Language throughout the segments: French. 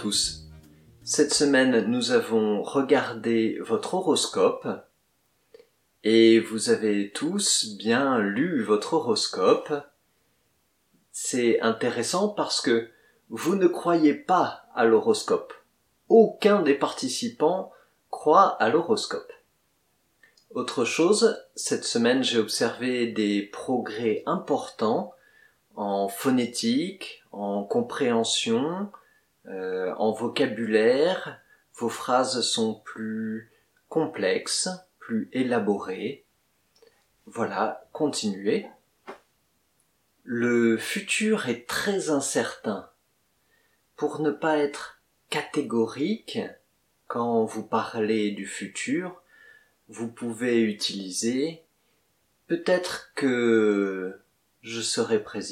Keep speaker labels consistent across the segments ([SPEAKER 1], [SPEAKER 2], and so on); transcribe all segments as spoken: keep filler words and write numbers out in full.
[SPEAKER 1] tous. Cette semaine, nous avons regardé votre horoscope et vous avez tous bien lu votre horoscope. C'est intéressant parce que vous ne croyez pas à l'horoscope. Aucun des participants croit à l'horoscope. Autre chose, cette semaine, j'ai observé des progrès importants en phonétique, en compréhension, euh, en vocabulaire. Vos phrases sont plus complexes, plus élaborées. Voilà, continuez. Le futur est très incertain. Pour ne pas être catégorique, quand vous parlez du futur, vous pouvez utiliser « peut-être que je serai président ».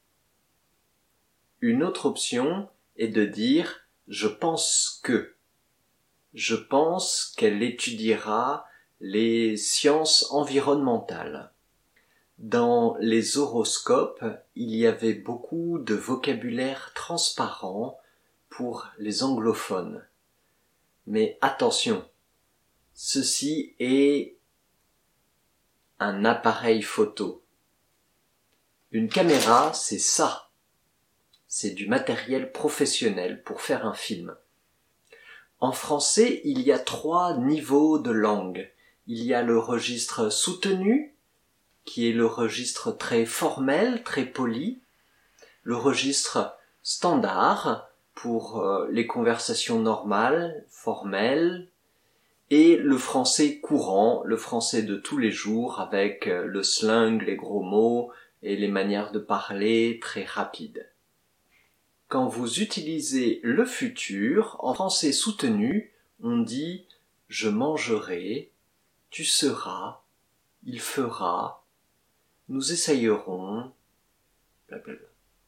[SPEAKER 1] Une autre option est de dire « je pense que ». Je pense qu'elle étudiera les sciences environnementales. Dans les horoscopes, il y avait beaucoup de vocabulaire transparent pour les anglophones. Mais attention, ceci est un appareil photo. Une caméra, c'est ça. C'est du matériel professionnel pour faire un film. En français, il y a trois niveaux de langue. Il y a le registre soutenu, qui est le registre très formel, très poli. Le registre standard, pour euh, les conversations normales, formelles. Et le français courant, le français de tous les jours, avec euh, le slang, les gros mots et les manières de parler très rapides. Quand vous utilisez le futur, en français soutenu, on dit « je mangerai »,« tu seras »,« il fera »,« nous essayerons », blablabla.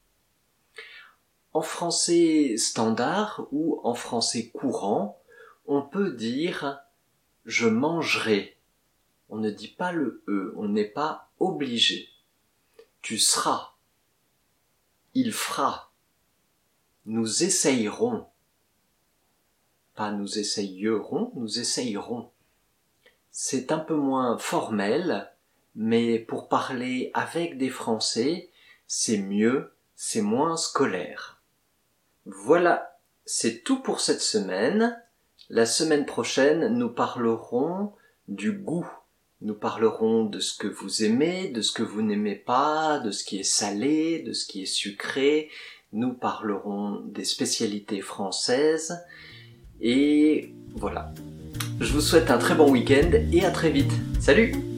[SPEAKER 1] En français standard ou en français courant, on peut dire « je mangerai ». On ne dit pas le « e », on n'est pas obligé. « Tu seras »,« il fera », nous essayerons. Pas nous essayerons, nous essayerons. C'est un peu moins formel, mais pour parler avec des Français, c'est mieux, c'est moins scolaire. Voilà, c'est tout pour cette semaine. La semaine prochaine, nous parlerons du goût. Nous parlerons de ce que vous aimez, de ce que vous n'aimez pas, de ce qui est salé, de ce qui est sucré. Nous parlerons des spécialités françaises. Et voilà. Je vous souhaite un très bon week-end et à très vite. Salut!